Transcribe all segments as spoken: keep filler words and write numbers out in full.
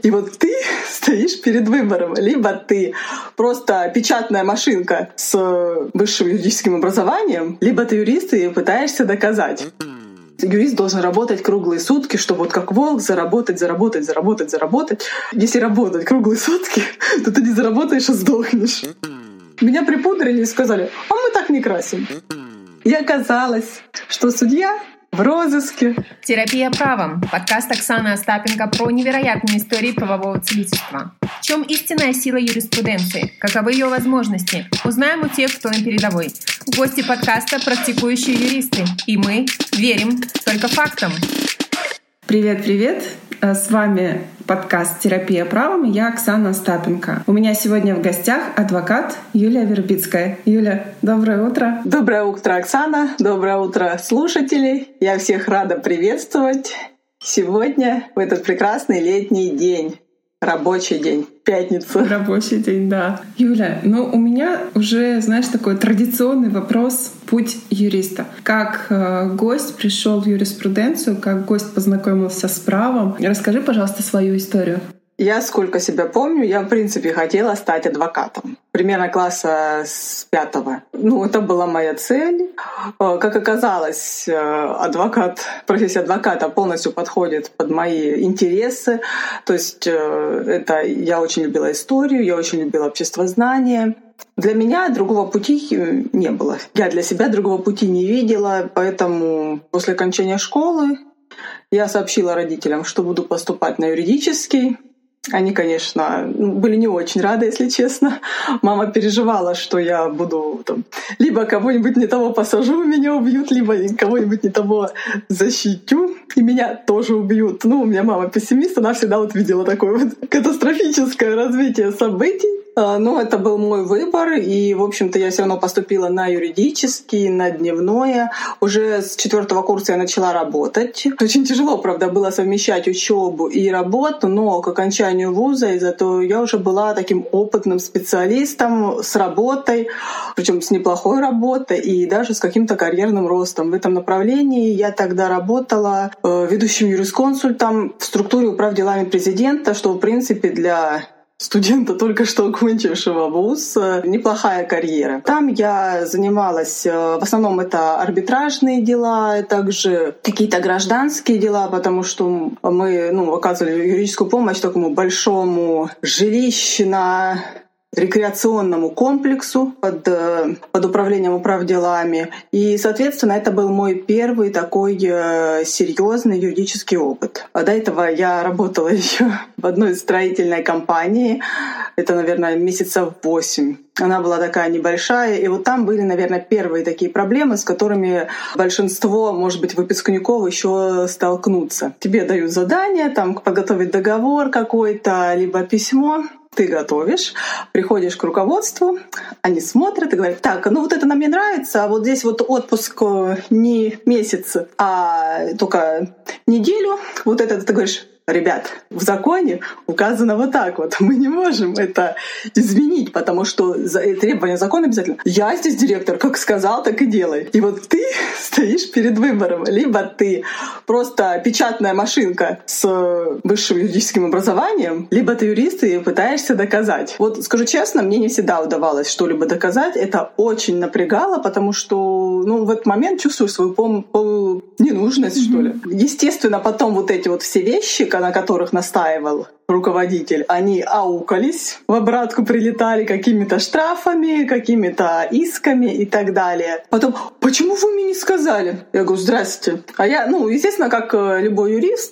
И вот ты стоишь перед выбором. Либо ты просто печатная машинка с высшим юридическим образованием, либо ты юрист и пытаешься доказать. Юрист должен работать круглые сутки, чтобы вот как волк заработать, заработать, заработать, заработать. Если работать круглые сутки, то ты не заработаешь, а сдохнешь. Меня припудрили и сказали: а мы так не красим. И оказалось, что судья в розыске. Терапия правом. Подкаст Оксаны Остапенко про невероятные истории правового целительства. В чем истинная сила юриспруденции? Каковы ее возможности? Узнаем у тех, кто на передовой. Гости подкаста — практикующие юристы. И мы верим только фактам. Привет-привет! С вами подкаст «Терапия правом» и я, Оксана Остапенко. У меня сегодня в гостях адвокат Юлия Вербицкая. Юля, доброе утро! Доброе утро, Оксана! Доброе утро, слушатели! Я всех рада приветствовать сегодня, в этот прекрасный летний день. Рабочий день, пятница. Рабочий день, да. Юля, ну у меня уже, знаешь, такой традиционный вопрос — путь юриста. Как э, гость пришел в юриспруденцию, как гость познакомился с правом? Расскажи, пожалуйста, свою историю. Я, сколько себя помню, я, в принципе, хотела стать адвокатом. Примерно класса с пятого. Ну, это была моя цель. Как оказалось, адвокат, профессия адвоката полностью подходит под мои интересы. То есть это я очень любила историю, я очень любила обществознание. Для меня другого пути не было. Я для себя другого пути не видела, поэтому после окончания школы я сообщила родителям, что буду поступать на юридический. Они, конечно, были не очень рады, если честно. Мама переживала, что я буду там, либо кого-нибудь не того посажу, меня убьют, либо кого-нибудь не того защитю, и меня тоже убьют. Ну, у меня мама пессимист, она всегда вот видела такое вот катастрофическое развитие событий. Но это был мой выбор, и, в общем-то, я все равно поступила на юридический, на дневное. Уже с четвертого курса я начала работать. Очень тяжело, правда, было совмещать учебу и работу, но к окончанию вуза, и зато я уже была таким опытным специалистом с работой, причем с неплохой работой и даже с каким-то карьерным ростом. В этом направлении я тогда работала ведущим юрисконсультом в структуре управ делами президента, что, в принципе, для студента, только что окончившего вуз, неплохая карьера. Там я занималась, в основном это арбитражные дела, также какие-то гражданские дела, потому что мы ну, оказывали юридическую помощь такому большому жилищно рекреационному комплексу под, под управлением управделами. И, соответственно, это был мой первый такой серьезный юридический опыт. А до этого я работала еще в одной строительной компании. Это, наверное, месяцев восемь. Она была такая небольшая, и вот там были, наверное, первые такие проблемы, с которыми большинство, может быть, выпускников еще столкнутся. Тебе дают задание, там, подготовить договор какой-то, либо письмо. Ты готовишь, приходишь к руководству, они смотрят и говорят: так, ну вот это нам не нравится, а вот здесь вот отпуск не месяц, а только неделю. Вот это ты говоришь: ребят, в законе указано вот так вот. Мы не можем это изменить, потому что требования закона обязательно. Я здесь директор, как сказал, так и делай. И вот ты стоишь перед выбором. Либо ты просто печатная машинка с высшим юридическим образованием, либо ты юрист и пытаешься доказать. Вот скажу честно, мне не всегда удавалось что-либо доказать. Это очень напрягало, потому что ну, в этот момент чувствуешь свою пол- пол- ненужность, mm-hmm. что ли. Естественно, потом вот эти вот все вещи, на которых настаивал руководитель, они аукались, в обратку прилетали какими-то штрафами, какими-то исками и так далее. Потом: почему вы мне не сказали? Я говорю: здрасте. А я, ну, естественно, как любой юрист,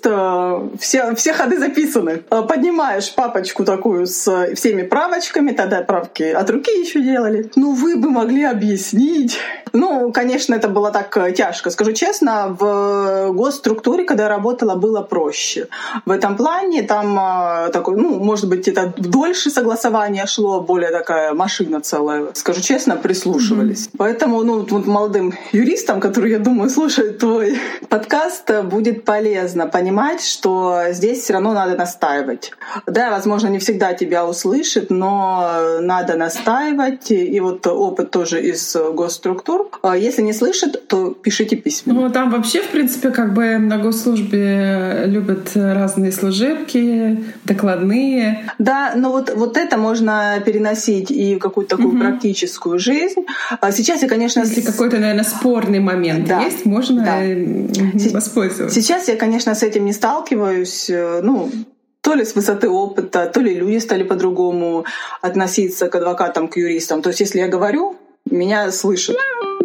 все, все ходы записаны. Поднимаешь папочку такую с всеми правочками, тогда правки от руки еще делали. Ну, вы бы могли объяснить. Ну, конечно, это было так тяжко. Скажу честно, в госструктуре, когда я работала, было проще. В этом плане там такой, ну, может быть, это дольше согласование шло, более такая машина целая. Скажу честно, прислушивались. Mm-hmm. Поэтому, ну, вот молодым юристам, которые, я думаю, слушают твой подкаст, будет полезно понимать, что здесь все равно надо настаивать. Да, возможно, не всегда тебя услышат, но надо настаивать. И вот опыт тоже из госструктур. Если не слышат, то пишите письменно. Ну, там вообще, в принципе, как бы на госслужбе любят разные служебки, докладные. Да, но вот, вот это можно переносить и в какую-то такую угу. практическую жизнь. Сейчас я, конечно... Если с... какой-то, наверное, спорный момент да. есть, можно да. воспользоваться. Сейчас я, конечно, с этим не сталкиваюсь. Ну, то ли с высоты опыта, то ли люди стали по-другому относиться к адвокатам, к юристам. То есть если я говорю, меня слышат.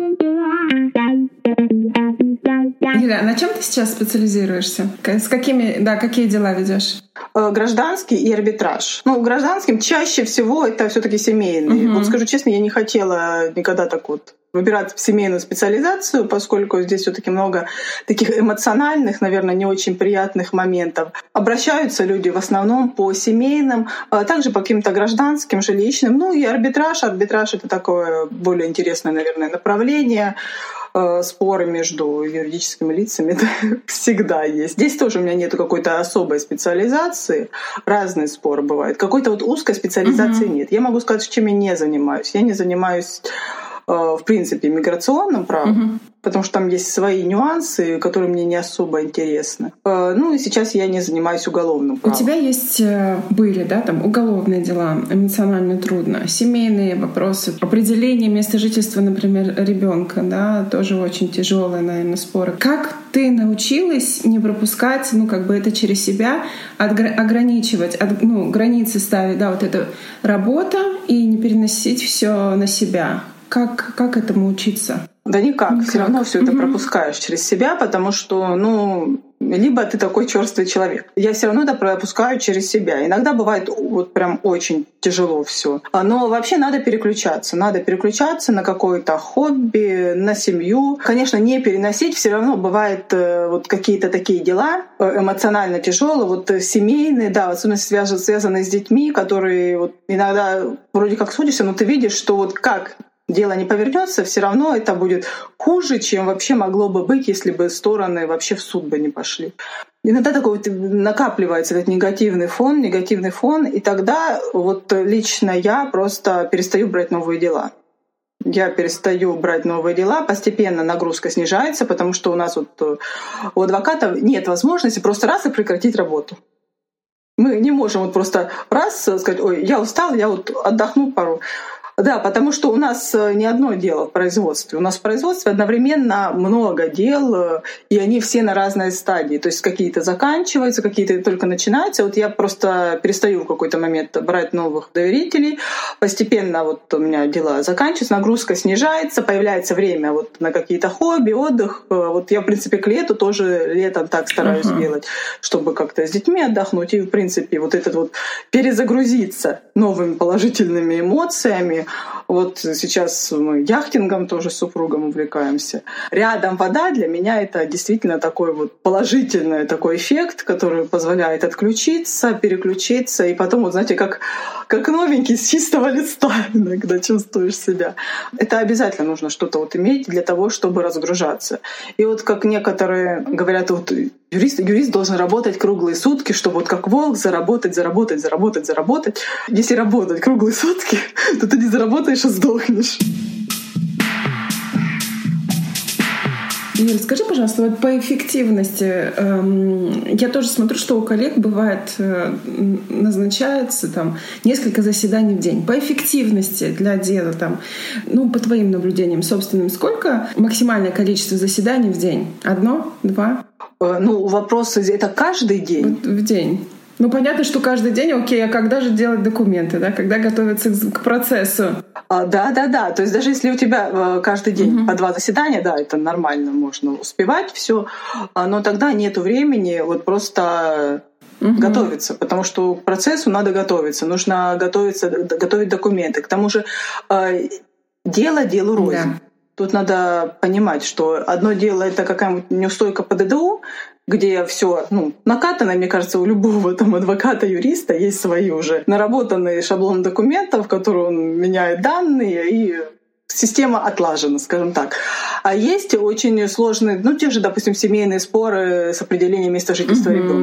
Юля, на чем ты сейчас специализируешься? С какими, да, какие дела ведешь? Гражданский и арбитраж. Ну, гражданским чаще всего это все-таки семейный. Uh-huh. Вот скажу честно, я не хотела никогда так вот выбирать семейную специализацию, поскольку здесь все-таки много таких эмоциональных, наверное, не очень приятных моментов. Обращаются люди в основном по семейным, а также по каким-то гражданским, жилищным. Ну и арбитраж. Арбитраж — это такое более интересное, наверное, направление. Споры между юридическими лицами всегда есть. Здесь тоже у меня нет какой-то особой специализации. Разные споры бывают. Какой-то вот узкой специализации mm-hmm. нет. Я могу сказать, чем я не занимаюсь. Я не занимаюсь в принципе миграционным правом, угу. потому что там есть свои нюансы, которые мне не особо интересны. Ну и сейчас я не занимаюсь уголовным правом. У тебя есть, были, да, там уголовные дела, эмоционально трудно, семейные вопросы, определение места жительства, например, ребенка, да, тоже очень тяжелые, наверное, споры. Как ты научилась не пропускать, ну как бы это через себя, отгр- ограничивать, от, ну границы ставить, да, вот эта работа и не переносить все на себя? Как, как этому учиться? Да никак. никак. Все равно все это угу. пропускаешь через себя, потому что, ну, либо ты такой черствый человек. Я все равно это пропускаю через себя. Иногда бывает вот прям очень тяжело все. Но вообще надо переключаться. Надо переключаться на какое-то хобби, на семью. Конечно, не переносить. Все равно бывает вот какие-то такие дела эмоционально тяжелые, вот семейные, да, особенно связанные с детьми, которые вот иногда вроде как судишься, но ты видишь, что вот как дело не повернется, все равно это будет хуже, чем вообще могло бы быть, если бы стороны вообще в суд бы не пошли. Иногда такой вот накапливается этот негативный фон, негативный фон, и тогда вот лично я просто перестаю брать новые дела. Я перестаю брать новые дела, постепенно нагрузка снижается, потому что у нас вот у адвокатов нет возможности просто раз и прекратить работу. Мы не можем вот просто раз сказать: ой, я устал, я вот отдохну пару. Да, потому что у нас не одно дело в производстве. У нас в производстве одновременно много дел, и они все на разной стадии. То есть какие-то заканчиваются, какие-то только начинаются. Вот я просто перестаю в какой-то момент брать новых доверителей. Постепенно вот у меня дела заканчиваются, нагрузка снижается, появляется время вот на какие-то хобби, отдых. Вот я, в принципе, к лету тоже летом так стараюсь uh-huh. делать, чтобы как-то с детьми отдохнуть и, в принципе, вот этот вот перезагрузиться новыми положительными эмоциями. Вот сейчас мы яхтингом тоже с супругом увлекаемся. Рядом вода для меня — это действительно такой вот положительный такой эффект, который позволяет отключиться, переключиться, и потом, вот знаете, как, как новенький с чистого листа иногда чувствуешь себя. Это обязательно нужно что-то вот иметь для того, чтобы разгружаться. И вот как некоторые говорят, вот юрист, юрист должен работать круглые сутки, чтобы вот как волк заработать, заработать, заработать, заработать. Если работать круглые сутки, то ты не заработаешь, а сдохнешь. Юль, скажи, пожалуйста, вот по эффективности, эм, я тоже смотрю, что у коллег бывает э, назначается там несколько заседаний в день. По эффективности для дела, там, ну, по твоим наблюдениям собственным, сколько максимальное количество заседаний в день? Одно? Два? Ну, вопрос, это каждый день? Вот в день. Ну, понятно, что каждый день, окей, а когда же делать документы, да? Когда готовиться к процессу? А, да, да, да. То есть даже если у тебя каждый день uh-huh. по два заседания, да, это нормально, можно успевать все, но тогда нету времени вот просто uh-huh. готовиться, потому что к процессу надо готовиться, нужно готовиться, готовить документы. К тому же дело делу рознь. Yeah. Тут надо понимать, что одно дело — это какая-нибудь неустойка по ДДУ, где все ну, накатано, мне кажется, у любого там адвоката, юриста есть свои уже наработанные шаблоны документов, в которые он меняет данные, и система отлажена, скажем так. А есть очень сложные, ну, те же, допустим, семейные споры с определением места жительства mm-hmm. ребенка.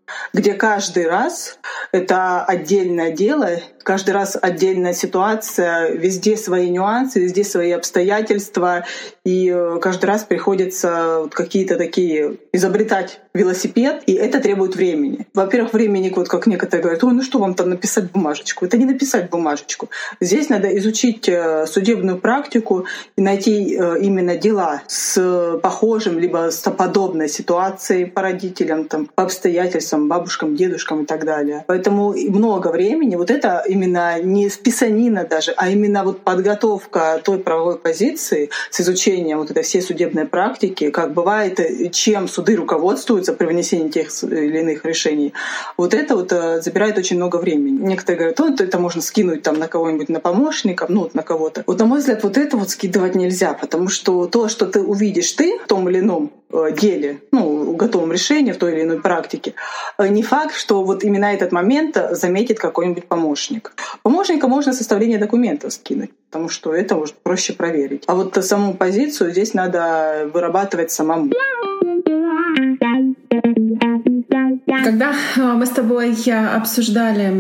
где каждый раз это отдельное дело, каждый раз отдельная ситуация, везде свои нюансы, везде свои обстоятельства, и каждый раз приходится вот какие-то такие изобретать велосипед, и это требует времени. Во-первых, времени, вот как некоторые говорят, ой, ну что вам там написать бумажечку? Это не написать бумажечку. Здесь надо изучить судебную практику и найти именно дела с похожим либо с подобной ситуацией по родителям, там, по обстоятельствам, бабушкам, дедушкам и так далее. Поэтому много времени. Вот это именно не писанина даже, а именно вот подготовка той правовой позиции с изучением вот этой всей судебной практики, как бывает, чем суды руководствуются при вынесении тех или иных решений. Вот это вот забирает очень много времени. Некоторые говорят, ну, это можно скинуть там на кого-нибудь, на помощников, ну, вот на кого-то. Вот, на мой взгляд, вот это вот скидывать нельзя, потому что то, что ты увидишь ты в том или ином деле, ну, готовом решении в той или иной практике, не факт, что вот именно этот момент заметит какой-нибудь помощник. Помощника можно составление документов скинуть, потому что это уже проще проверить. А вот саму позицию здесь надо вырабатывать самому. Когда мы с тобой обсуждали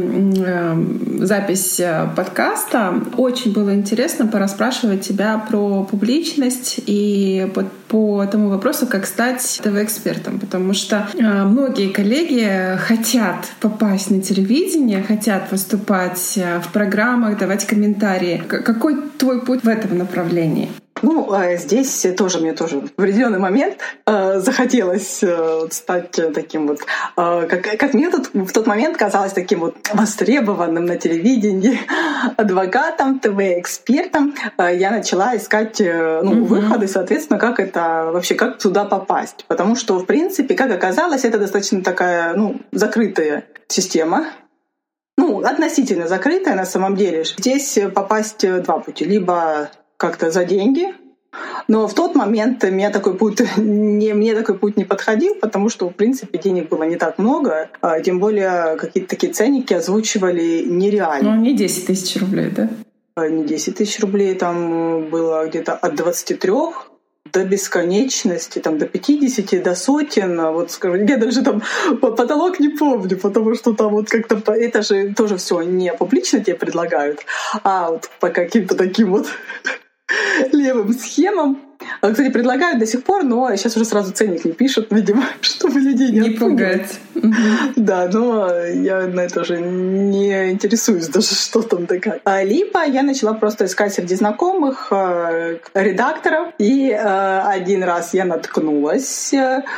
запись подкаста, очень было интересно порасспрашивать тебя про публичность и по, по тому вопросу, как стать ТВ-экспертом, потому что многие коллеги хотят попасть на телевидение, хотят выступать в программах, давать комментарии. Какой твой путь в этом направлении? Ну, здесь тоже мне тоже в определенный момент э, захотелось э, стать таким вот, э, как, как мне тут в тот момент казалось таким вот востребованным на телевидении адвокатом, ТВ-экспертом. Э, я начала искать э, ну, mm-hmm. выходы, соответственно, как это вообще, как туда попасть. Потому что, в принципе, как оказалось, это достаточно такая, ну, закрытая система. Ну, относительно закрытая на самом деле. Здесь попасть два пути. Либо как-то за деньги. Но в тот момент мне такой путь не, мне такой путь не подходил, потому что, в принципе, денег было не так много. А тем более какие-то такие ценники озвучивали нереально. Ну, не десять тысяч рублей, да? Не десять тысяч рублей. Там было где-то от двадцати трёх до бесконечности, там, до пятидесяти, до сотен. Вот, скажу, я даже там потолок не помню, потому что там вот как-то это же тоже все не публично тебе предлагают, а вот по каким-то таким вот левым схемам. Кстати, предлагают до сих пор, но сейчас уже сразу ценник не пишут, видимо, чтобы людей не, не пугать. Да, но я на это уже не интересуюсь даже, что там такая. Либо я начала просто искать среди знакомых редакторов, и один раз я наткнулась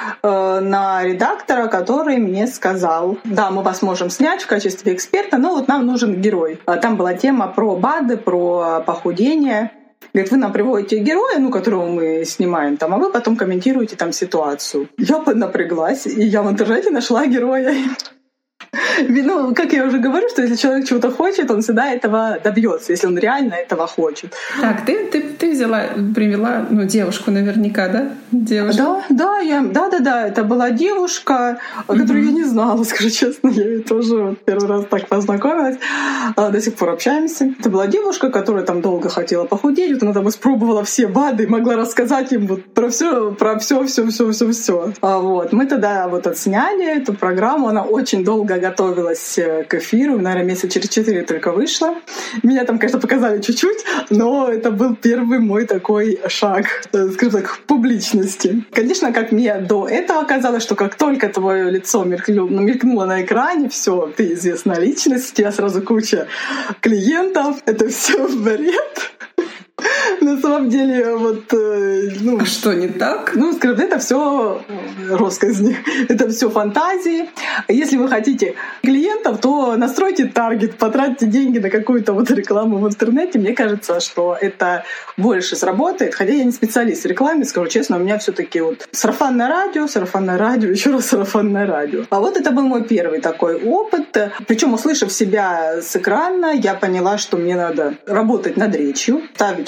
на редактора, который мне сказал, да, мы вас можем снять в качестве эксперта, но вот нам нужен герой. Там была тема про БАДы, про похудение. Говорит, вы нам приводите героя, ну, которого мы снимаем, там, а вы потом комментируете там ситуацию. Я поднапряглась, и я в интернете нашла героя. Ну, как я уже говорю, что если человек чего-то хочет, он всегда этого добьется, если он реально этого хочет. Так, ты, ты, ты взяла, привела, ну, девушку наверняка, да? Девушку. Да, да, я, да, да, да, это была девушка, mm-hmm. которую я не знала, скажу честно, я ей тоже первый раз так познакомилась, до сих пор общаемся. Это была девушка, которая там долго хотела похудеть, вот она там испробовала все БАДы, могла рассказать им вот про все, про все, все, все, все, все. Вот, мы тогда вот отсняли эту программу, она очень долго готовилась к эфиру, наверное, месяца через четыре только вышла. Меня там, конечно, показали чуть-чуть, но это был первый мой такой шаг, скажем так, в публичности. Конечно, как мне до этого казалось, что как только твое лицо мелькнуло, мелькнуло на экране, все, ты известная личность, у тебя сразу куча клиентов, это все бред. На самом деле, вот... Ну, а что не так? Ну, скажем, это все россказни, это все фантазии. Если вы хотите клиентов, то настройте таргет, потратьте деньги на какую-то вот рекламу в интернете. Мне кажется, что это больше сработает. Хотя я не специалист в рекламе, скажу честно, у меня все-таки вот сарафанное радио, сарафанное радио, еще раз сарафанное радио. А вот это был мой первый такой опыт. Причем, услышав себя с экрана, я поняла, что мне надо работать над речью, ставить голос,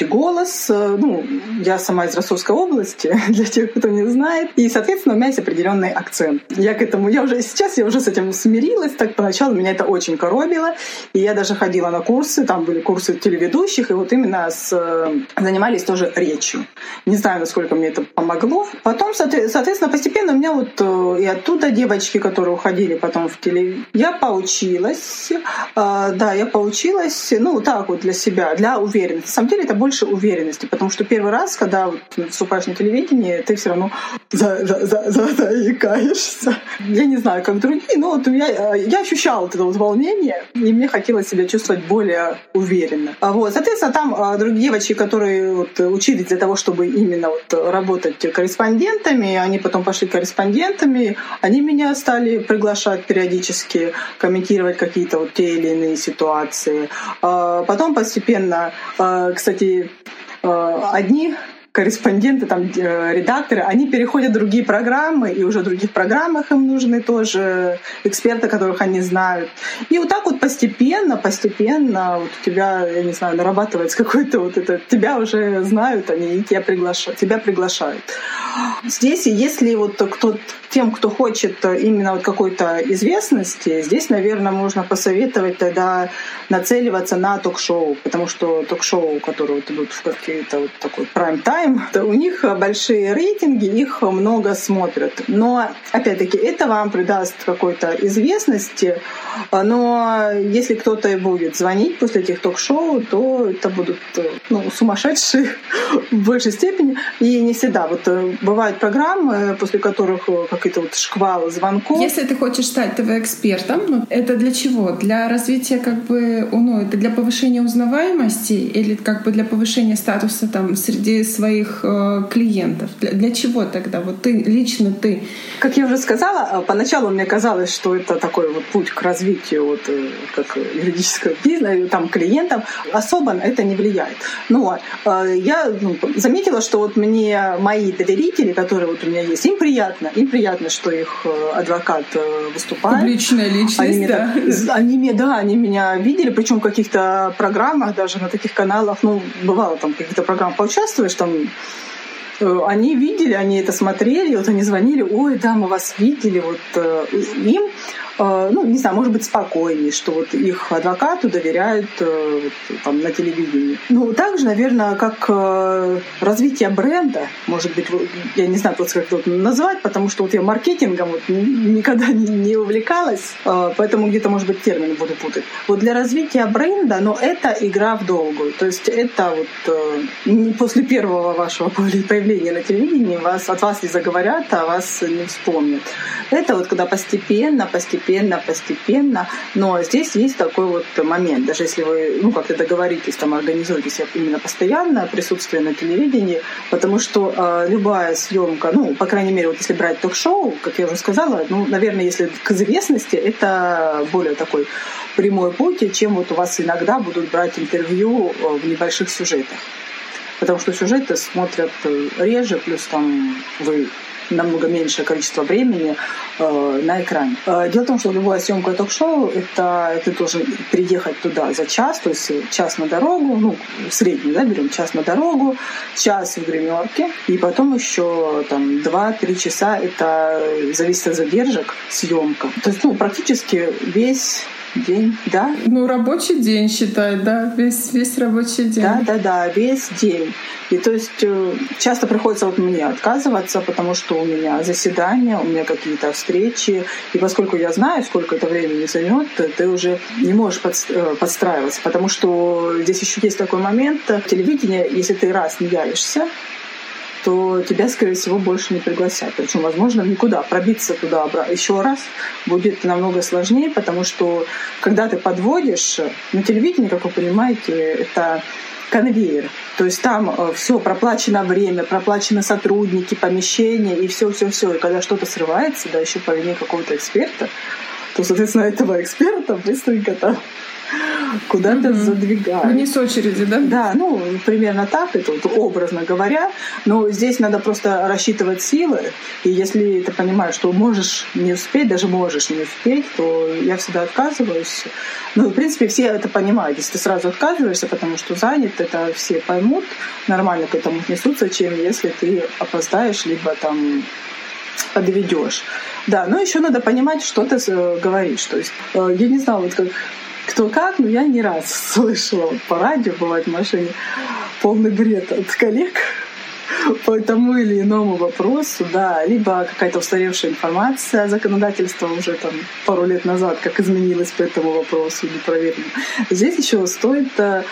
рос. Ну, я сама из Ростовской области, для тех, кто не знает. И, соответственно, у меня есть определенный акцент. Я к этому, я уже сейчас, я уже с этим смирилась. Так поначалу меня это очень коробило. И я даже ходила на курсы, там были курсы телеведущих, и вот именно с, занимались тоже речью. Не знаю, насколько мне это помогло. Потом, соответственно, постепенно у меня вот и оттуда девочки, которые уходили потом в теле... Я поучилась, да, я поучилась, ну, так вот для себя, для уверенности. На самом деле это больше уверенности, потому что первый раз, когда вот выступаешь на телевидении, ты все равно за, за, за, за, заикаешься. Я не знаю, как другие, но вот у меня, я ощущала вот это вот волнение, и мне хотелось себя чувствовать более уверенно. Вот, соответственно, там другие девочки, которые вот учились для того, чтобы именно вот работать корреспондентами, они потом пошли корреспондентами, они меня стали приглашать периодически, комментировать какие-то вот те или иные ситуации. Потом постепенно, кстати, одни корреспонденты, там, редакторы, они переходят в другие программы, и уже в других программах им нужны тоже эксперты, которых они знают. И вот так вот постепенно, постепенно вот у тебя, я не знаю, нарабатывается какой-то вот это, тебя уже знают, они и тебя приглашают, тебя приглашают. Здесь, если вот кто, тем, кто хочет именно вот какой-то известности, здесь, наверное, можно посоветовать тогда нацеливаться на ток-шоу, потому что ток-шоу, которые вот идут в какие-то вот такой прайм-тайм, у них большие рейтинги, их много смотрят. Но, опять-таки, это вам придаст какой-то известности, но если кто-то и будет звонить после этих ток-шоу, то это будут, ну, сумасшедшие в большей степени. И не всегда. Вот бывают программы, после которых какие-то вот шквалы звонков. Если ты хочешь стать ТВ-экспертом, это для чего? Для развития, как бы, ну, это для повышения узнаваемости или как бы для повышения статуса там среди своих э, клиентов? Для, для чего тогда? Вот ты, лично ты. Как я уже сказала, поначалу мне казалось, что это такой вот путь к развитию вот, как юридического бизнеса, там, клиентам. Особо это не влияет. Но э, я ну, заметила, что вот мне мои доверители, которые вот у меня есть, им приятно. Им приятно, что их адвокат выступает. Публичная личность, они да. Так, они, да, они меня видели, причем в каких-то программах, даже на таких каналах, ну, бывало, там, в каких-то программах поучаствуешь, там, они видели, они это смотрели, вот они звонили, ой, да, мы вас видели, вот им, ну, не знаю, может быть, спокойнее, что вот их адвокату доверяют вот, там, на телевидении. Ну, также, наверное, как развитие бренда, может быть, я не знаю, как это назвать, потому что вот я маркетингом вот никогда не увлекалась, поэтому где-то, может быть, термины буду путать. Вот для развития бренда, но это игра в долгую. То есть это вот не после первого вашего появления на телевидении вас, от вас не заговорят, а вас не вспомнят. Это вот когда постепенно, постепенно Постепенно, постепенно. Но здесь есть такой вот момент. Даже если вы, ну, как-то договоритесь, там, организуетесь именно постоянное присутствие на телевидении, потому что э, любая съемка, ну, по крайней мере, вот если брать ток-шоу, как я уже сказала, ну, наверное, если к известности, это более такой прямой путь, чем вот у вас иногда будут брать интервью в небольших сюжетах. Потому что сюжеты смотрят реже, плюс там вы намного меньшее количество времени э, на экране. Э, дело в том, что любая съемка ток-шоу — это ты должен приехать туда за час, то есть час на дорогу, ну, средний, да, берем час на дорогу, час в гримерке, и потом еще там два-три часа, это зависит от задержек, съемка. То есть, ну, практически весь день, да? Ну, рабочий день, считай, да? Весь, весь рабочий день. Да, да, да, весь день. И то есть часто приходится вот мне отказываться, потому что у меня заседания, у меня какие-то встречи. И поскольку я знаю, сколько это времени займет, ты уже не можешь подстраиваться. Потому что здесь еще есть такой момент. Телевидение, если ты раз не явишься, то тебя, скорее всего, больше не пригласят. Причем, возможно, никуда. Пробиться туда еще раз будет намного сложнее, потому что когда ты подводишь, на телевидении, как вы понимаете, это конвейер. То есть там все проплачено время, проплачены сотрудники, помещения и все, все, все. И когда что-то срывается, да еще по вине какого-то эксперта, то, соответственно, этого эксперта быстренько там куда-то mm-hmm. задвигают. Вниз очереди, да? Да, ну, примерно так, это вот образно говоря. Но здесь надо просто рассчитывать силы. И если ты понимаешь, что можешь не успеть, даже можешь не успеть, то я всегда отказываюсь. Ну, в принципе, все это понимают. Если ты сразу отказываешься, потому что занят, это все поймут, нормально к этому отнесутся, чем если ты опоздаешь, либо там подведешь. Да, но еще надо понимать, что ты говоришь. То есть, я не знаю, вот как кто как, но я не раз слышала вот по радио, бывает в машине, полный бред от коллег по тому или иному вопросу, да, либо какая-то устаревшая информация, законодательство уже там пару лет назад, как изменилось по этому вопросу, не проверено. Здесь еще стоит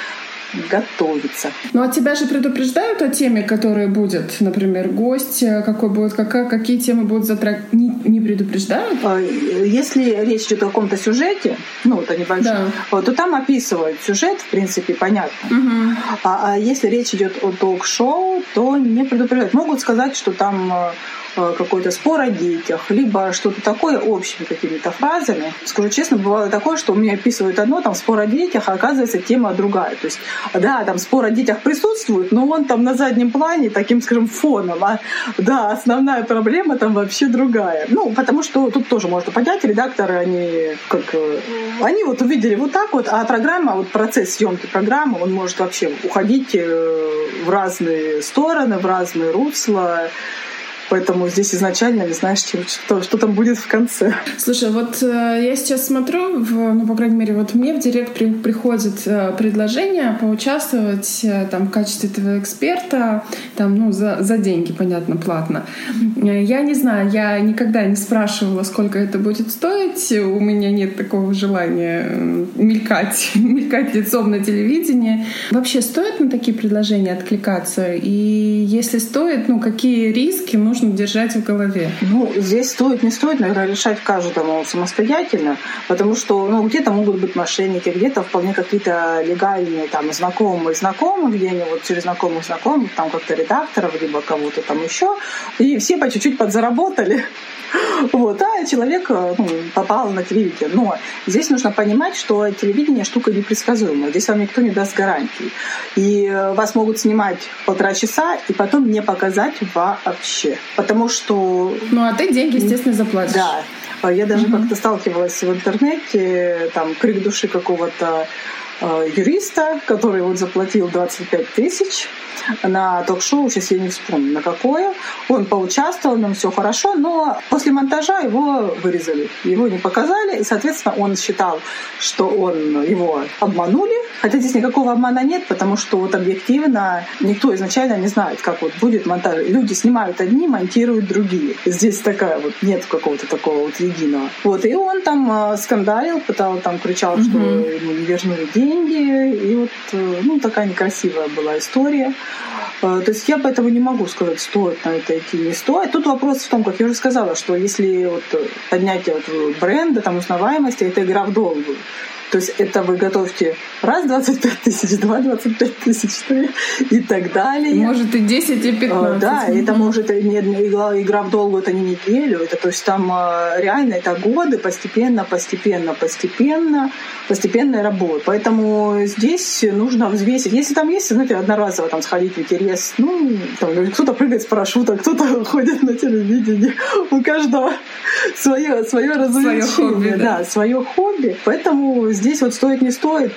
готовиться. Ну а тебя же предупреждают о теме, которая будет, например, гость, какой будет, какая, какие темы будут затрагивать? Не, не предупреждают? Если речь идет о каком-то сюжете, ну вот о небольшом, да. то там описывают сюжет, в принципе, понятно. Угу. А, а если речь идет о ток-шоу, то не предупреждают. Могут сказать, что там какой-то спор о детях, либо что-то такое общими какими-то фразами. Скажу честно, бывало такое, что у меня описывают одно, там спор о детях, а оказывается тема другая. То есть, да, там спор о детях присутствует, но он там на заднем плане таким, скажем, фоном. А, да, основная проблема там вообще другая. Ну, потому что тут тоже можно понять, редакторы, они как... Они вот увидели вот так вот, а программа, вот процесс съемки программы, он может вообще уходить в разные стороны, в разные русла. Поэтому здесь изначально не знаешь, что, что там будет в конце. Слушай, вот э, я сейчас смотрю, в, ну, по крайней мере, вот мне в директ при, приходит э, предложение поучаствовать э, там, в качестве этого эксперта, там, ну, за, за деньги, понятно, платно. Э, я не знаю, я никогда не спрашивала, сколько это будет стоить. У меня нет такого желания э, мелькать, мелькать лицом на телевидении. Вообще стоит на такие предложения откликаться? И если стоит, ну, какие риски нужно держать в голове? Ну, здесь стоит, не стоит, наверное, решать каждому самостоятельно, потому что, ну, где-то могут быть мошенники, где-то вполне какие-то легальные, там, знакомые знакомые, где они вот через знакомых знакомых, там, как-то редакторов, либо кого-то там еще, и все по чуть-чуть подзаработали. Вот, а человек ну, попал на телевидение. Но здесь нужно понимать, что телевидение штука непредсказуемая. Здесь вам никто не даст гарантий. И вас могут снимать полтора часа и потом не показать вообще. Потому что... Ну, а ты деньги, естественно, заплатишь. Да. Я даже mm-hmm. как-то сталкивалась в интернете, там, крик души какого-то э, юриста, который вот заплатил двадцать пять тысяч на ток-шоу, сейчас я не вспомню, на какое. Он поучаствовал, нам все хорошо, но после монтажа его вырезали. Его не показали, и, соответственно, он считал, что он его обманули. Хотя здесь никакого обмана нет, потому что вот объективно никто изначально не знает, как вот будет монтаж. Люди снимают одни, монтируют другие. Здесь такая вот нет какого-то такого вот единого. Вот, и он там скандалил, пытал, там кричал, mm-hmm. что ему не вернули деньги. И вот, ну, такая некрасивая была история. То есть я поэтому не могу сказать, стоит на это идти, не стоит. Тут вопрос в том, как я уже сказала, что если вот поднятие вот бренда, там, узнаваемости, это игра в долгую. То есть это вы готовьте раз двадцать пять тысяч, два двадцать пять тысяч, три и так далее. Может и десять, и пятнадцать. Да, это может не игра в долгую, это не неделю. Это, то есть там реально это годы, постепенно, постепенно, постепенно, постепенная работа. Поэтому здесь нужно взвесить. Если там есть, знаете, одноразово там сходить в интерес, ну, там, кто-то прыгает с парашюта, кто-то ходит на телевидении. У каждого свое, свое развлечение. Свое хобби, да. Да, свое хобби. Поэтому здесь вот стоит, не стоит,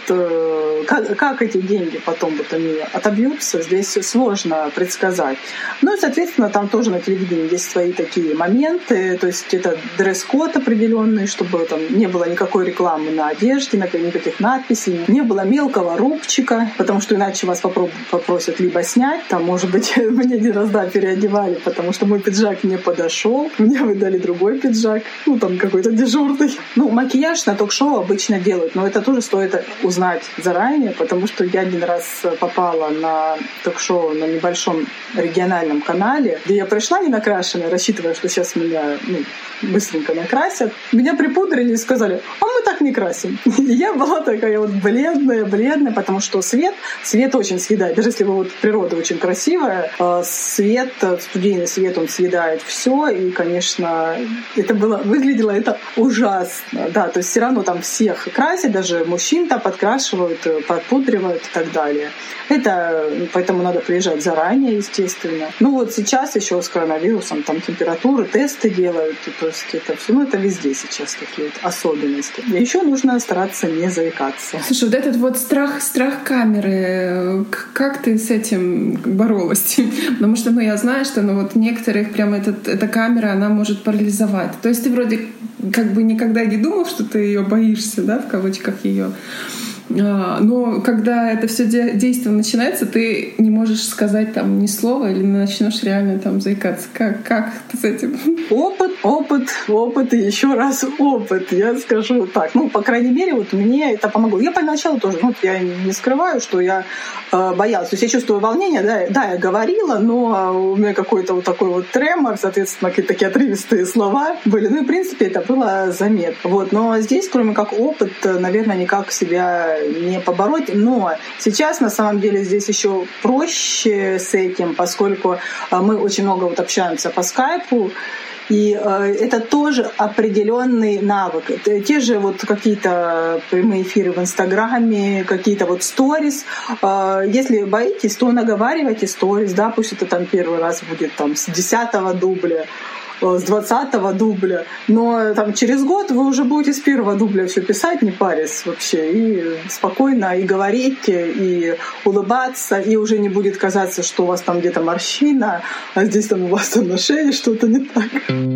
как, как эти деньги потом вот они отобьются, здесь сложно предсказать. Ну и, соответственно, там тоже на телевидении есть свои такие моменты, то есть это дресс-код определенный, чтобы там не было никакой рекламы на одежде, никаких надписей, не было мелкого рубчика, потому что иначе вас попросят либо снять, там, может быть, мне один раз, да, переодевали, потому что мой пиджак не подошел, мне выдали другой пиджак, ну там какой-то дежурный. Ну, макияж на ток-шоу обычно делают Вот. Но это тоже стоит узнать заранее, потому что я один раз попала на ток-шоу на небольшом региональном канале, где я пришла не накрашенная, рассчитывая, что сейчас меня ну, быстренько накрасят. Меня припудрили и сказали: а мы так не красим. И я была такая вот бледная, бледная, потому что свет, свет очень съедает. Даже если вот природа очень красивая, свет, студийный свет, он съедает все. И, конечно, это было, выглядело это ужасно. Да, то есть все равно там всех красят, даже мужчин там подкрашивают, подпудривают и так далее. Это, поэтому надо приезжать заранее, естественно. Ну вот сейчас еще с коронавирусом там температуры, тесты делают, то есть это все, ну это везде сейчас такие вот особенности. И еще нужно стараться не заикаться. Слушай, вот этот вот страх, страх камеры, как ты с этим боролась? Потому что, ну, я знаю, что, ну, вот некоторых прямо этот, эта камера, она может парализовать. То есть ты вроде как бы никогда не думал, что ты ее боишься, да, в кавычках ее. Но когда это все действие начинается, ты не можешь сказать там ни слова или начнешь реально там заикаться. Как, как ты с этим? Опыт, опыт, опыт и еще раз опыт. Я скажу так. Ну, по крайней мере, вот мне это помогло. Я поначалу тоже, ну, я не скрываю, что я э, боялась. То есть я чувствую волнение, да, да, я говорила, но у меня какой-то вот такой вот тремор, соответственно, какие-то такие отрывистые слова были. Ну и, в принципе, это было заметно. Вот. Но здесь, кроме как опыт, наверное, никак себя не побороть. Но сейчас, на самом деле, здесь еще проще с этим, поскольку мы очень много вот общаемся по скайпу, и э, это тоже определенный навык. Те же вот какие-то прямые эфиры в Инстаграме, какие-то вот сторис. Э, если боитесь, то наговаривайте сторис, да, пусть это там первый раз будет там с десятого дубля, с двадцатого дубля, но там через год вы уже будете с первого дубля все писать, не парясь вообще, и спокойно и говорить, и улыбаться, и уже не будет казаться, что у вас там где-то морщина, а здесь там у вас там на шее что-то не так.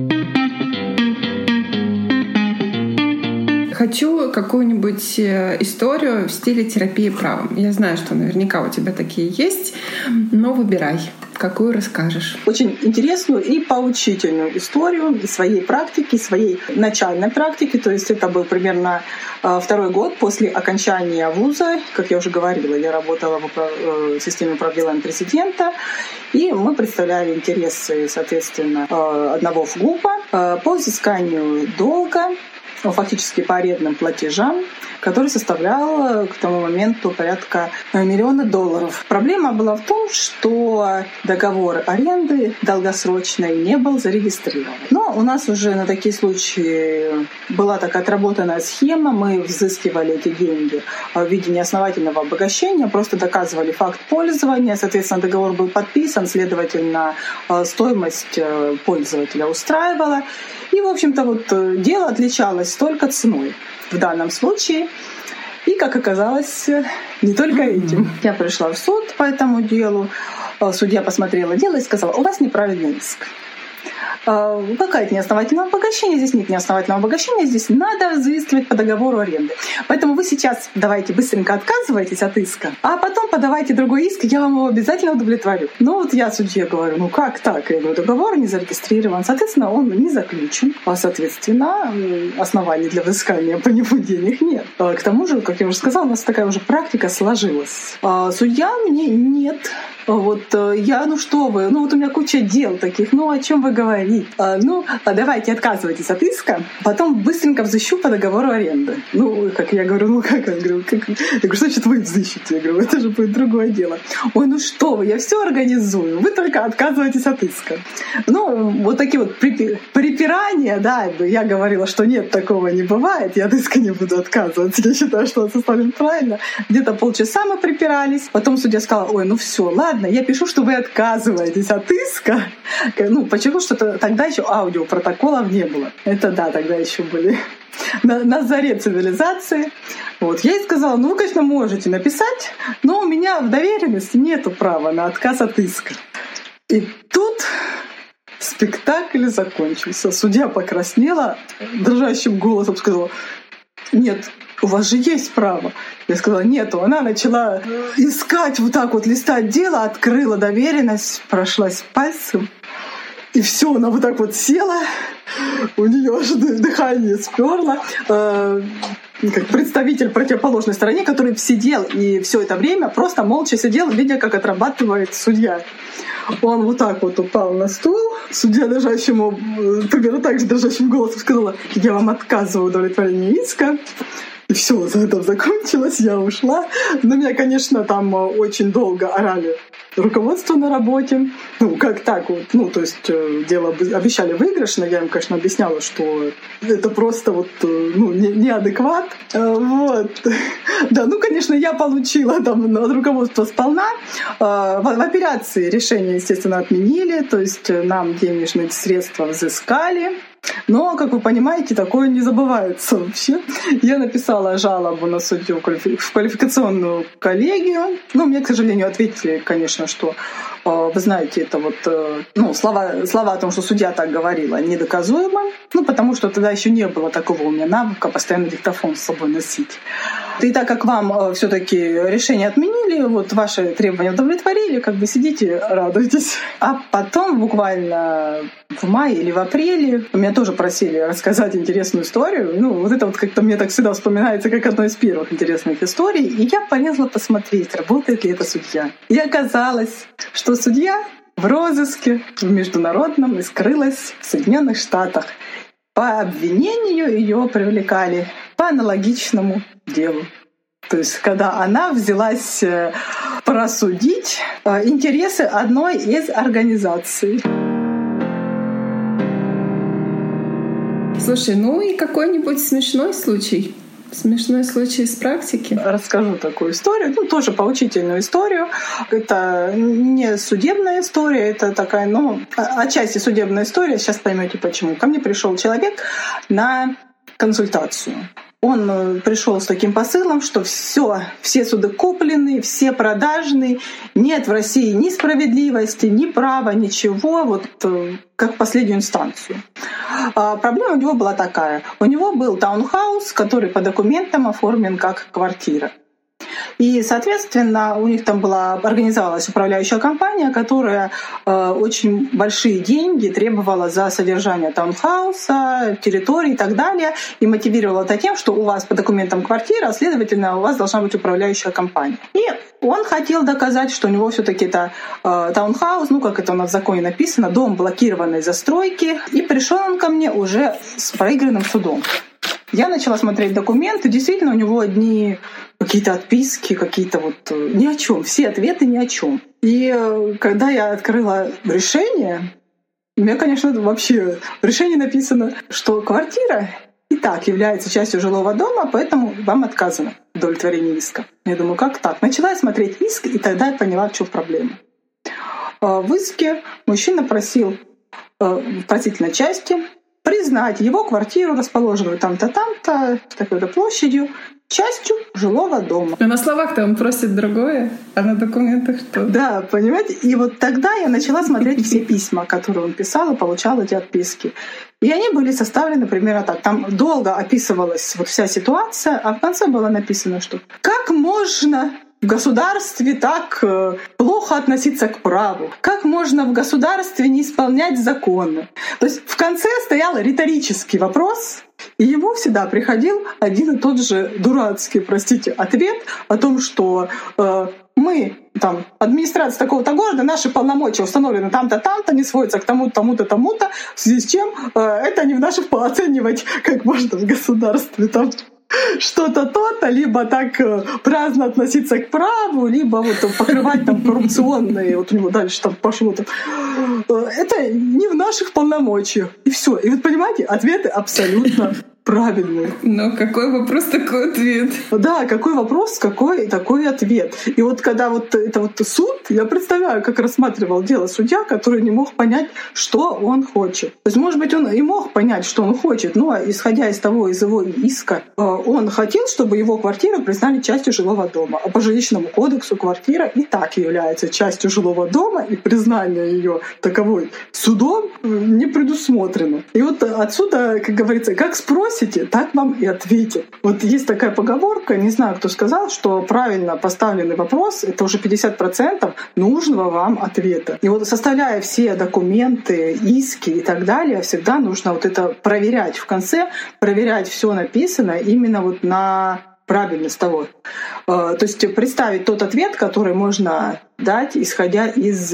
Хочу какую-нибудь историю в стиле терапии правом. Я знаю, что наверняка у тебя такие есть, но выбирай. Какую расскажешь? Очень интересную и поучительную историю своей практики, своей начальной практики. То есть это был примерно второй год после окончания вуза. Как я уже говорила, я работала в системе управления президента. И мы представляли интересы, соответственно, одного ФГУПа по взысканию долга, фактически по арендным платежам, который составлял к тому моменту порядка миллиона долларов. Проблема была в том, что договор аренды долгосрочной не был зарегистрирован. Но у нас уже на такие случаи была такая отработанная схема. Мы взыскивали эти деньги в виде неосновательного обогащения, просто доказывали факт пользования. Соответственно, договор был подписан, следовательно, стоимость пользователя устраивала. И, в общем-то, вот дело отличалось только ценой в данном случае. И, как оказалось, не только этим. Я пришла в суд по этому делу. Судья посмотрела дело и сказала: у вас неправильный иск. Какое-то неосновательное обогащение. Здесь нет неосновательного обогащения. Здесь надо взыскивать по договору аренды. Поэтому вы сейчас давайте быстренько отказывайтесь от иска, а потом подавайте другой иск, я вам его обязательно удовлетворю. Ну вот я судье говорю: ну как так? Я говорю: договор не зарегистрирован, соответственно, он не заключен, а соответственно оснований для взыскания по нему денег нет. К тому же, как я уже сказала, у нас такая уже практика сложилась. Судья мне: нет. Вот я, ну что вы, ну вот у меня куча дел таких, ну о чем вы говорите? А, ну, а давайте отказывайтесь от иска, потом быстренько взыщу по договору аренды. Ну, как я говорю, ну как, я говорю, как, я говорю, что значит вы взыщете? Я говорю, это же будет другое дело. Ой, ну что вы, я все организую, вы только отказываетесь от иска. Ну, вот такие вот припирания, да, я говорила, что нет, такого не бывает, я от иска не буду отказываться, я считаю, что это составлено правильно. Где-то полчаса мы припирались, потом судья сказала: ой, ну все, ладно, я пишу, что вы отказываетесь от иска. Ну, почему? Что тогда еще аудиопротоколов не было. Это да, тогда еще были на, на заре цивилизации. Вот. Я ей сказала: ну, вы, конечно, можете написать, но у меня в доверенности нету права на отказ от иска. И тут спектакль закончился. Судья покраснела, дрожащим голосом сказала: нет, у вас же есть право. Я сказала: нету. Она начала искать, вот так вот листать дело, открыла доверенность, прошлась пальцем, и все, она вот так вот села, у нее аж дыхание сперло. как представитель противоположной стороны, который сидел и все это время просто молча сидел, видя, как отрабатывает судья. Он вот так вот упал на стул, судья дрожащему, примерно так же дрожащим голосом сказала: «Я вам отказываю в удовлетворении иска». И все, за это закончилось, я ушла. На меня, конечно, там очень долго орали руководство на работе. Ну, как так вот? Ну, то есть дело обещали выигрышное. Я им, конечно, объясняла, что это просто вот, ну, не, неадекват. Вот. Да, ну, конечно, я получила там от руководства сполна. В, в операции решение, естественно, отменили. То есть нам денежные средства взыскали. Но, как вы понимаете, такое не забывается вообще. Я написала жалобу на судью в квалификационную коллегию. Ну, мне, к сожалению, ответили, конечно, что, вы знаете, это вот, ну, слова, слова о том, что судья так говорила, недоказуемо. Ну, потому что тогда еще не было такого у меня навыка постоянно диктофон с собой носить. И так как вам все-таки решение отменили, вот ваши требования удовлетворили, как бы сидите, радуйтесь. А потом, буквально в мае или в апреле, меня тоже просили рассказать интересную историю. Ну, вот это вот как-то мне так всегда вспоминается как одна из первых интересных историй. И я полезла посмотреть, работает ли это судья. И оказалось, что судья в розыске в международном и скрылась в Соединенных Штатах. По обвинению ее привлекали по аналогичному делу. То есть, когда она взялась просудить интересы одной из организаций. Слушай, ну и какой-нибудь смешной случай? Смешной случай из практики? Расскажу такую историю, ну тоже поучительную историю. Это не судебная история, это такая, ну, отчасти судебная история. Сейчас поймете почему. Ко мне пришел человек на консультацию. Он пришел с таким посылом, что все, все суды куплены, все продажны, нет в России ни справедливости, ни права, ничего, вот как в последнюю инстанцию. А проблема у него была такая. У него был таунхаус, который по документам оформлен как квартира. И, соответственно, у них там была, организовалась управляющая компания, которая э, очень большие деньги требовала за содержание таунхауса, территории и так далее, и мотивировала это тем, что у вас по документам квартира, а следовательно, у вас должна быть управляющая компания. И он хотел доказать, что у него все-таки это э, таунхаус, ну как это у нас в законе написано, дом блокированной застройки, и пришел он ко мне уже с проигранным судом. Я начала смотреть документы, действительно, у него одни какие-то отписки, какие-то вот ни о чем, все ответы ни о чем. И когда я открыла решение, у меня, конечно, вообще в решении написано, что квартира и так является частью жилого дома, поэтому вам отказано в удовлетворении иска. Я думаю, как так? Начала смотреть иск, и тогда я поняла, в чем проблема. В иске мужчина просил в просительной части признать его квартиру, расположенную там-то, там-то, с такой-то площадью, частью жилого дома. А на словах-то он просит другое, а на документах что? Да, понимаете? И вот тогда я начала смотреть все письма, которые он писал, и получал эти отписки. И они были составлены примерно так. Там долго описывалась вот вся ситуация, а в конце было написано, что как можно в государстве так плохо относиться к праву? Как можно в государстве не исполнять законы? То есть в конце стоял риторический вопрос, и ему всегда приходил один и тот же дурацкий, простите, ответ о том, что э, мы, там, администрация такого-то города, наши полномочия установлены там-то, там-то, не сводятся к тому-то, тому-то, тому-то, в связи с чем э, это не в наших оценивать, как можно в государстве там что-то то-то, либо так праздно относиться к праву, либо вот покрывать там коррупционные, вот у него дальше там пошло там. Это не в наших полномочиях. И все. И вот понимаете, ответы абсолютно правильные. Но какой вопрос, такой ответ. Да, какой вопрос, какой такой ответ. И вот когда вот это вот суд, я представляю, как рассматривал дело судья, который не мог понять, что он хочет. То есть, может быть, он и мог понять, что он хочет, но исходя из того, из его иска, он хотел, чтобы его квартиру признали частью жилого дома. А по жилищному кодексу квартира и так является частью жилого дома, и признание ее таковой судом не предусмотрено. И вот отсюда, как говорится, как спросит, спросите, так вам и ответят. Вот есть такая поговорка, не знаю, кто сказал, что правильно поставленный вопрос — это уже пятьдесят процентов нужного вам ответа. И вот составляя все документы, иски и так далее, всегда нужно вот это проверять в конце, проверять все написанное именно вот на правильность того. То есть представить тот ответ, который можно дать, исходя из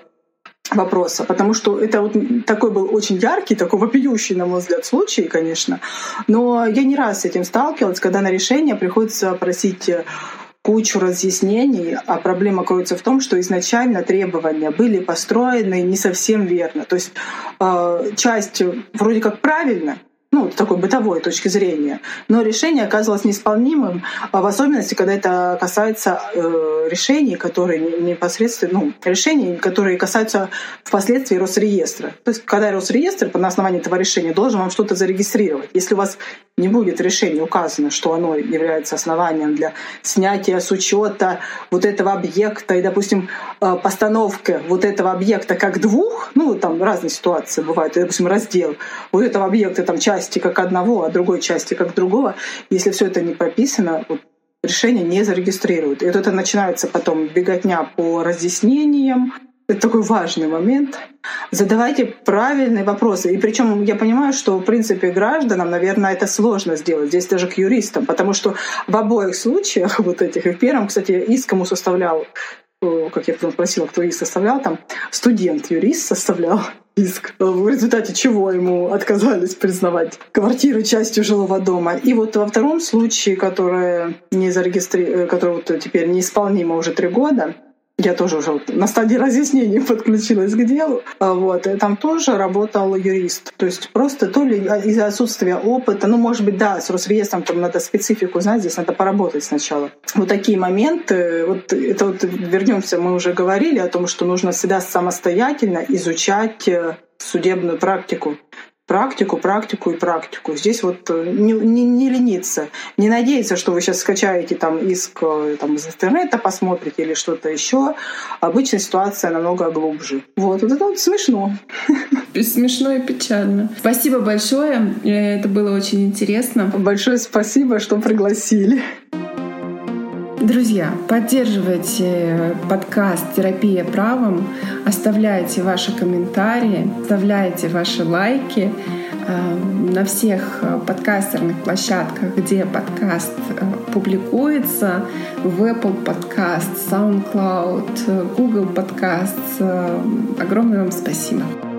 вопроса. Потому что это вот такой был очень яркий, такой вопиющий, на мой взгляд, случай, конечно. Но я не раз с этим сталкивалась, когда на решение приходится просить кучу разъяснений, а проблема кроется в том, что изначально требования были построены не совсем верно. То есть э, часть вроде как правильно, ну, с такой бытовой точки зрения, но решение оказалось неисполнимым, в особенности, когда это касается э, решений, которые непосредственно, ну, решений, которые касаются впоследствии Росреестра. То есть, когда Росреестр на основании этого решения должен вам что-то зарегистрировать. Если у вас не будет решения указано, что оно является основанием для снятия с учета вот этого объекта и, допустим, постановка вот этого объекта как двух, ну, там разные ситуации бывают, допустим, раздел вот этого объекта, там, части как одного, а другой части как другого, если все это не прописано, вот, решение не зарегистрируют. И вот это начинается потом беготня по разъяснениям. Это такой важный момент. Задавайте правильные вопросы. И причем я понимаю, что в принципе гражданам, наверное, это сложно сделать. Здесь даже к юристам, потому что в обоих случаях вот этих, и в первом, кстати, иск ему составлял, как я потом спросила, кто иск составлял, там студент-юрист составлял иск, в результате чего ему отказались признавать квартиру частью жилого дома. И вот во втором случае, который не зарегистри... который вот теперь неисполнимо уже три года, я тоже уже вот на стадии разъяснений подключилась к делу. Вот. И там тоже работал юрист. То есть просто то ли из-за отсутствия опыта, ну, может быть, да, с Росреестром там надо специфику знать, здесь надо поработать сначала. Вот такие моменты. Вот это вот вернемся, мы уже говорили о том, что нужно всегда самостоятельно изучать судебную практику. Практику, практику и практику. Здесь вот не, не, не лениться, не надеяться, что вы сейчас скачаете там иск там, из интернета, посмотрите или что-то еще. Обычно ситуация намного глубже. Вот, вот это вот смешно. Смешно и печально. Спасибо большое, это было очень интересно. Большое спасибо, что пригласили. Друзья, поддерживайте подкаст «Терапия правом», оставляйте ваши комментарии, оставляйте ваши лайки на всех подкастерных площадках, где подкаст публикуется, в Apple Podcast, SoundCloud, Google Podcast. Огромное вам спасибо.